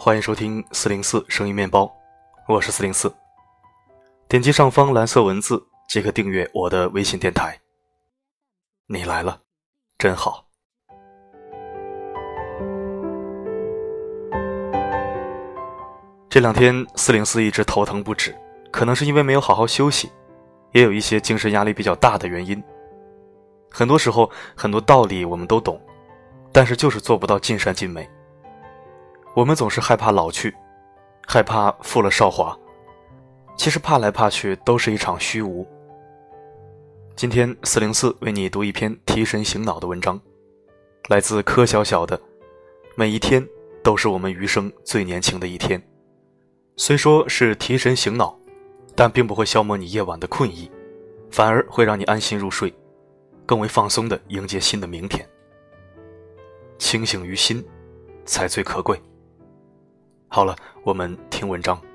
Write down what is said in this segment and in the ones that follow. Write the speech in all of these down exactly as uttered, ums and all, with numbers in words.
欢迎收听四零四声音面包，我是四零四。点击上方蓝色文字即可订阅我的微信电台。你来了，真好。这两天四零四一直头疼不止，可能是因为没有好好休息，也有一些精神压力比较大的原因。很多时候很多道理我们都懂，但是就是做不到尽善尽美。我们总是害怕老去，害怕负了韶华，其实怕来怕去都是一场虚无。今天四零四为你读一篇提神醒脑的文章，来自柯小小的每一天都是我们余生最年轻的一天。虽说是提神醒脑，但并不会消磨你夜晚的困意，反而会让你安心入睡，更为放松地迎接新的明天。清醒于心才最可贵。好了，我们听文章。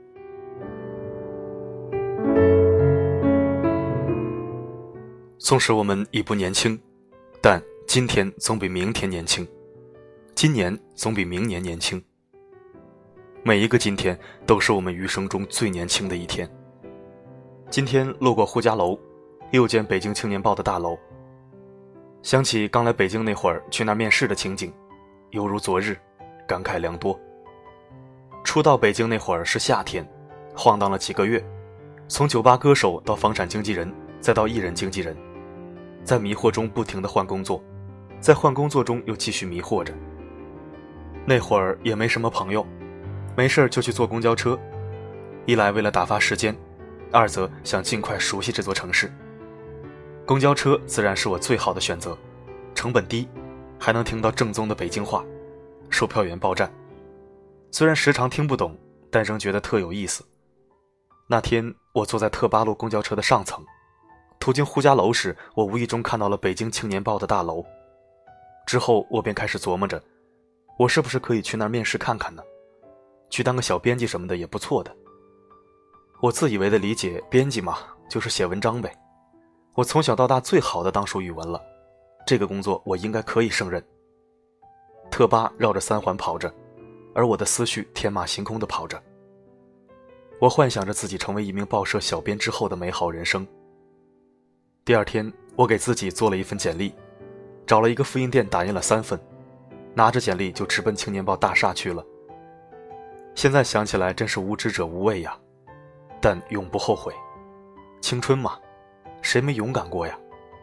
纵使我们已不年轻，但今天总比明天年轻，今年总比明年年轻。每一个今天都是我们余生中最年轻的一天。今天路过呼家楼，又见北京青年报的大楼，想起刚来北京那会儿去那面试的情景，犹如昨日，感慨良多。初到北京那会儿是夏天，晃荡了几个月，从酒吧歌手到房产经纪人，再到艺人经纪人，在迷惑中不停地换工作，在换工作中又继续迷惑着。那会儿也没什么朋友，没事就去坐公交车，一来为了打发时间，二则想尽快熟悉这座城市。公交车自然是我最好的选择，成本低，还能听到正宗的北京话，售票员报站。虽然时常听不懂，但仍觉得特有意思。那天我坐在特八路公交车的上层，途经呼家楼时，我无意中看到了北京青年报的大楼。之后我便开始琢磨着，我是不是可以去那儿面试看看呢？去当个小编辑什么的也不错的。我自以为的理解，编辑嘛，就是写文章呗。我从小到大最好的当属语文了，这个工作我应该可以胜任。特八绕着三环跑着，而我的思绪天马行空地跑着。我幻想着自己成为一名报社小编之后的美好人生。第二天，我给自己做了一份简历，找了一个复印店打印了三份，拿着简历就直奔青年报大厦去了。现在想起来真是无知者无畏呀，但永不后悔。青春嘛，谁没勇敢过呀？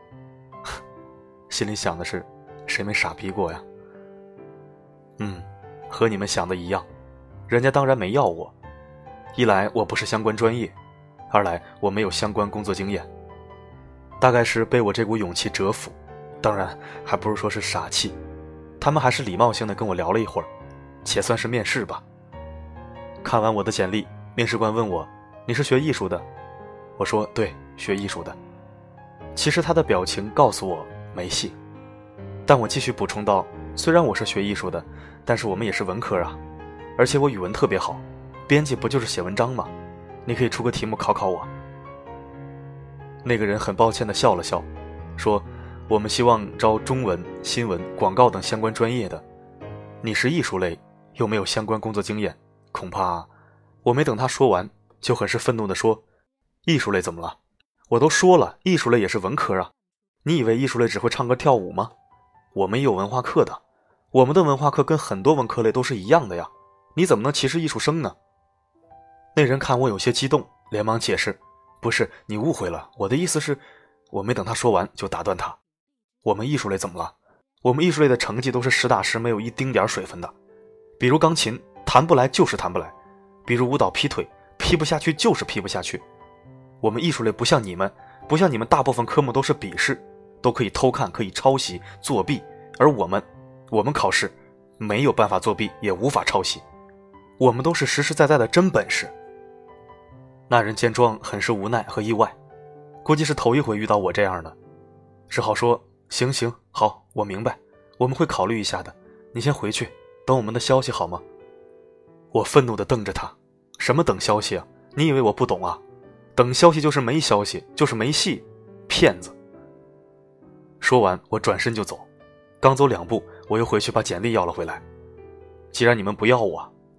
心里想的是，谁没傻逼过呀？嗯，和你们想的一样，人家当然没要我。一来我不是相关专业，二来我没有相关工作经验。大概是被我这股勇气折服，当然还不是说是傻气。他们还是礼貌性的跟我聊了一会儿，且算是面试吧。看完我的简历，面试官问我，你是学艺术的？我说对，学艺术的。其实他的表情告诉我没戏，但我继续补充道，虽然我是学艺术的，但是我们也是文科啊，而且我语文特别好，编辑不就是写文章吗？你可以出个题目考考我。那个人很抱歉地笑了笑，说我们希望招中文、新闻、广告等相关专业的，你是艺术类，又没有相关工作经验，恐怕……我没等他说完，就很是愤怒地说，艺术类怎么了？我都说了，艺术类也是文科啊，你以为艺术类只会唱歌跳舞吗？我们也有文化课的，我们的文化课跟很多文科类都是一样的呀，你怎么能歧视艺术生呢？那人看我有些激动，连忙解释，不是，你误会了，我的意思是……我没等他说完就打断他，我们艺术类怎么了？我们艺术类的成绩都是实打实没有一丁点水分的，比如钢琴弹不来就是弹不来，比如舞蹈劈腿劈不下去就是劈不下去。我们艺术类不像你们，不像你们大部分科目都是笔试，都可以偷看，可以抄袭作弊，而我们我们考试没有办法作弊，也无法抄袭，我们都是实实在在的真本事。那人见状很是无奈和意外，估计是头一回遇到我这样的，只好说行行好，我明白，我们会考虑一下的，你先回去等我们的消息好吗？我愤怒地瞪着他，什么等消息啊？你以为我不懂啊？等消息就是没消息，就是没戏，骗子。说完我转身就走，刚走两步我又回去把简历要了回来。既然你们不要我，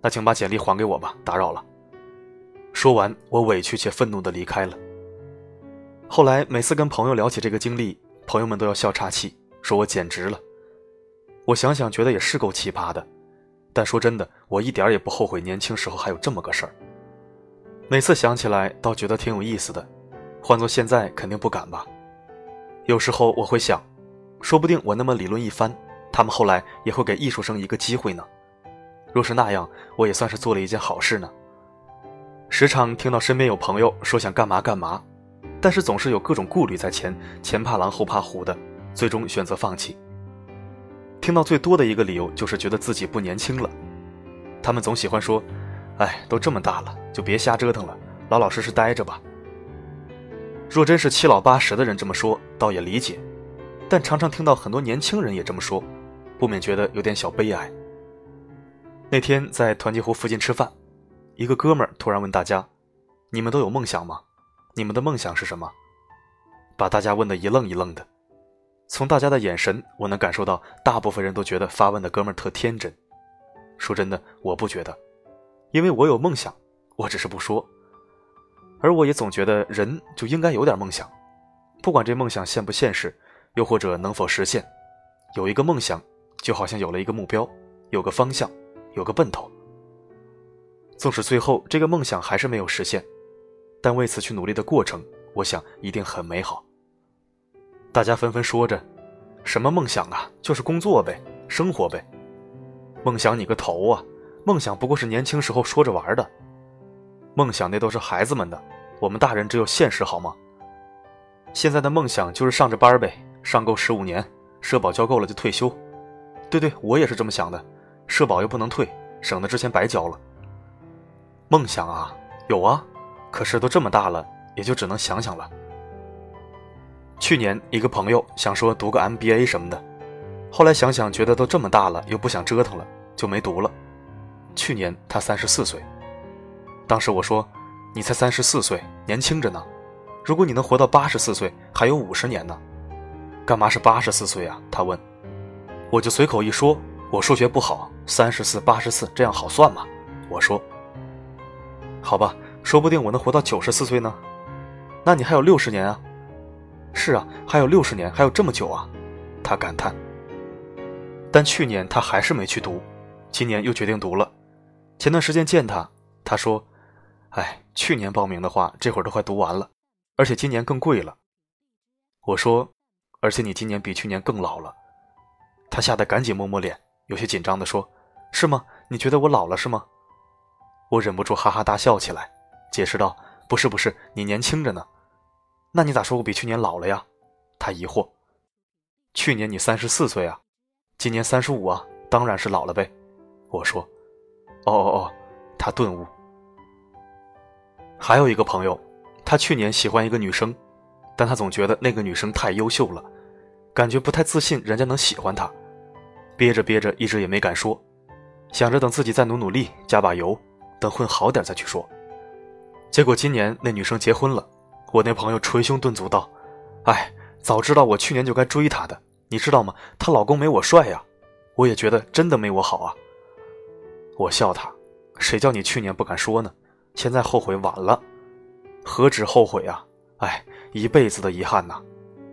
那请把简历还给我吧，打扰了。说完，我委屈且愤怒地离开了。后来每次跟朋友聊起这个经历，朋友们都要笑岔气，说我简直了。我想想觉得也是够奇葩的，但说真的，我一点也不后悔年轻时候还有这么个事儿。每次想起来倒觉得挺有意思的，换做现在肯定不敢吧。有时候我会想，说不定我那么理论一番，他们后来也会给艺术生一个机会呢。若是那样，我也算是做了一件好事呢。时常听到身边有朋友说想干嘛干嘛，但是总是有各种顾虑在前，前怕狼后怕虎的，最终选择放弃。听到最多的一个理由就是觉得自己不年轻了。他们总喜欢说，哎，都这么大了，就别瞎折腾了，老老实实待着吧。若真是七老八十的人这么说，倒也理解，但常常听到很多年轻人也这么说，不免觉得有点小悲哀。那天在团结湖附近吃饭，一个哥们儿突然问大家，你们都有梦想吗？你们的梦想是什么？把大家问得一愣一愣的。从大家的眼神，我能感受到大部分人都觉得发问的哥们儿特天真。说真的，我不觉得，因为我有梦想，我只是不说。而我也总觉得人就应该有点梦想，不管这梦想现不现实，又或者能否实现，有一个梦想就好像有了一个目标，有个方向，有个奔头。纵使最后这个梦想还是没有实现，但为此去努力的过程，我想一定很美好。大家纷纷说着，什么梦想啊，就是工作呗，生活呗。梦想你个头啊，梦想不过是年轻时候说着玩的。梦想那都是孩子们的，我们大人只有现实好吗？现在的梦想就是上着班呗，上够十五年，社保交够了就退休。对对，我也是这么想的，社保又不能退，省得之前白交了。梦想啊，有啊，可是都这么大了，也就只能想想了。去年一个朋友想说读个 M B A 什么的，后来想想觉得都这么大了，又不想折腾了，就没读了。去年他三十四岁，当时我说，你才三十四岁，年轻着呢，如果你能活到八十四岁，还有五十年呢。干嘛是八十四岁啊？他问。我就随口一说，我数学不好，三十四八十四这样好算吗？我说。好吧，说不定我能活到九十四岁呢。那你还有六十年啊。是啊，还有六十年，还有这么久啊，他感叹。但去年他还是没去读，今年又决定读了。前段时间见他，他说，哎，去年报名的话，这会儿都快读完了，而且今年更贵了。我说，而且你今年比去年更老了。他吓得赶紧摸摸脸，有些紧张地说，是吗？你觉得我老了是吗？我忍不住哈哈大笑起来，解释道，不是不是，你年轻着呢。那你咋说我比去年老了呀？他疑惑。去年你三十四岁啊，今年三十五啊，当然是老了呗。我说。哦哦哦，他顿悟。还有一个朋友，他去年喜欢一个女生，但他总觉得那个女生太优秀了，感觉不太自信人家能喜欢他，憋着憋着一直也没敢说，想着等自己再努努力，加把油，等混好点再去说。结果今年那女生结婚了，我那朋友捶胸顿足道，哎，早知道我去年就该追她的，你知道吗？她老公没我帅呀，我也觉得真的没我好啊。我笑他，谁叫你去年不敢说呢？现在后悔晚了，何止后悔啊，哎，一辈子的遗憾呐。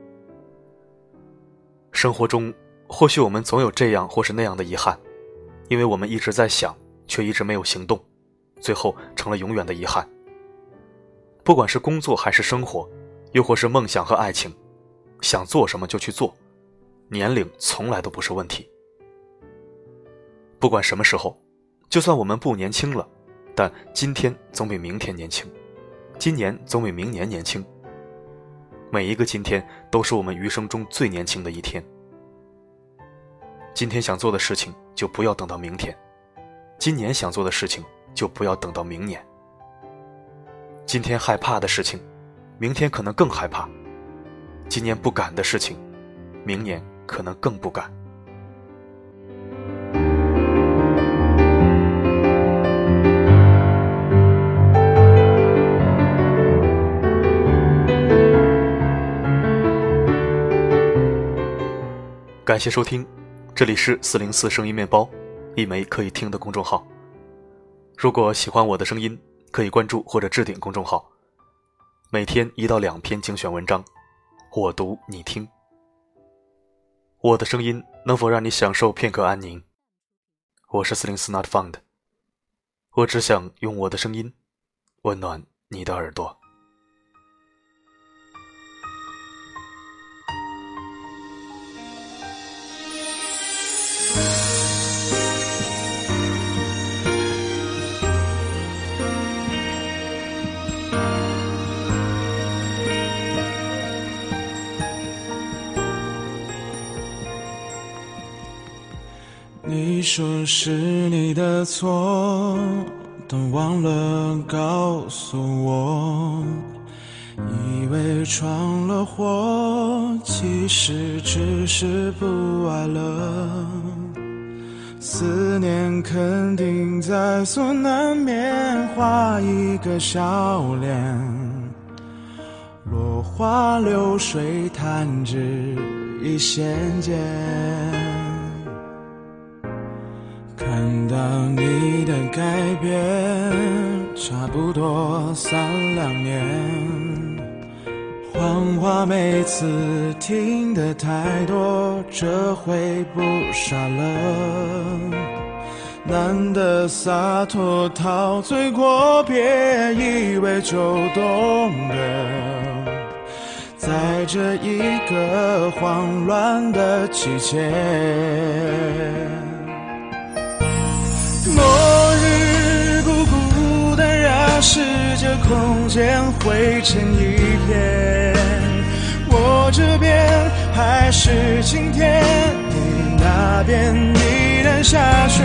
生活中或许我们总有这样或是那样的遗憾，因为我们一直在想，却一直没有行动，最后成了永远的遗憾。不管是工作还是生活，又或是梦想和爱情，想做什么就去做，年龄从来都不是问题。不管什么时候，就算我们不年轻了，但今天总比明天年轻，今年总比明年年轻。每一个今天都是我们余生中最年轻的一天。今天想做的事情就不要等到明天，今年想做的事情就不要等到明年。今天害怕的事情，明天可能更害怕；今年不敢的事情，明年可能更不敢。感谢收听，这里是四零四声音面包，一枚可以听的公众号。 如果喜欢我的声音，可以关注或者置顶公众号，每天一到两篇精选文章，我读你听。我的声音能否让你享受片刻安宁？我是四零四 Not Found， 我只想用我的声音温暖你的耳朵。 你说是你的错，但忘了告诉我，以为闯了祸，其实只是不爱了。思念肯定在所难免，画一个笑脸，落花流水弹指一线间。看到你的改变，差不多三两年。谎话每次听得太多，这回不傻了。难得洒脱陶醉过，别以为就懂得。在这一个慌乱的季节，末日孤孤单让世界空间灰成一片，我这边还是晴天，你那边依然下雪。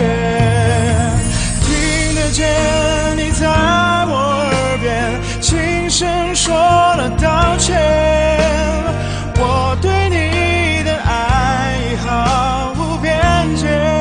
听得见你在我耳边轻声说了道歉，我对你的爱毫无边界。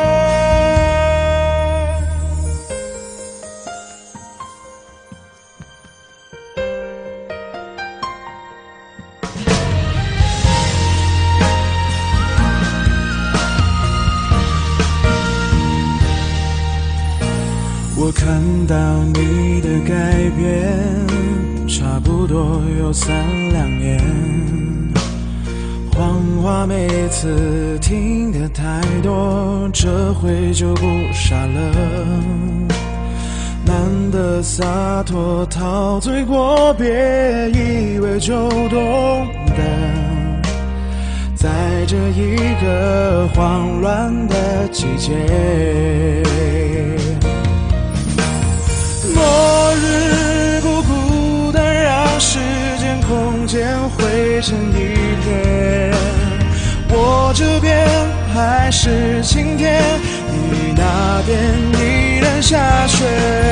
我看到你的改变，差不多有三两年。谎话每次听得太多，这回就不傻了。难得洒脱陶醉过，别以为就懂得。在这一个慌乱的季节，末日孤孤单让时间空间灰成一片，我这边还是晴天，你那边依然下雪。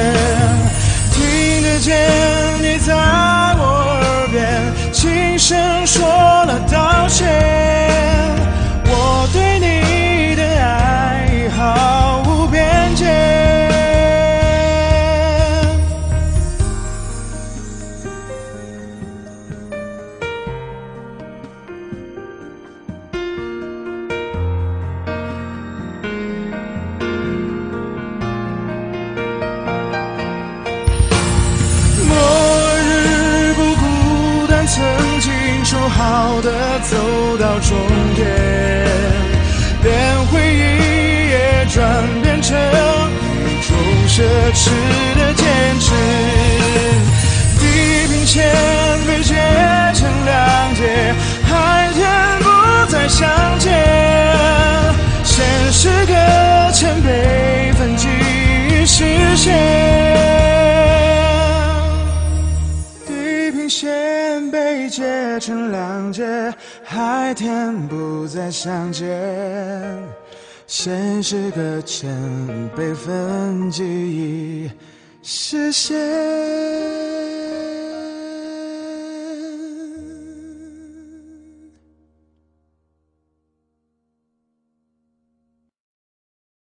听得见你在我耳边轻声说了道歉，我对你的爱毫无边界。曾经说好的走到终点，连回忆也转变成一种奢侈的坚持。地平线被截成两截，海天不再相见，现实搁浅被分际实现。线被截成两截，海天不再相见，现实搁浅被分际实现。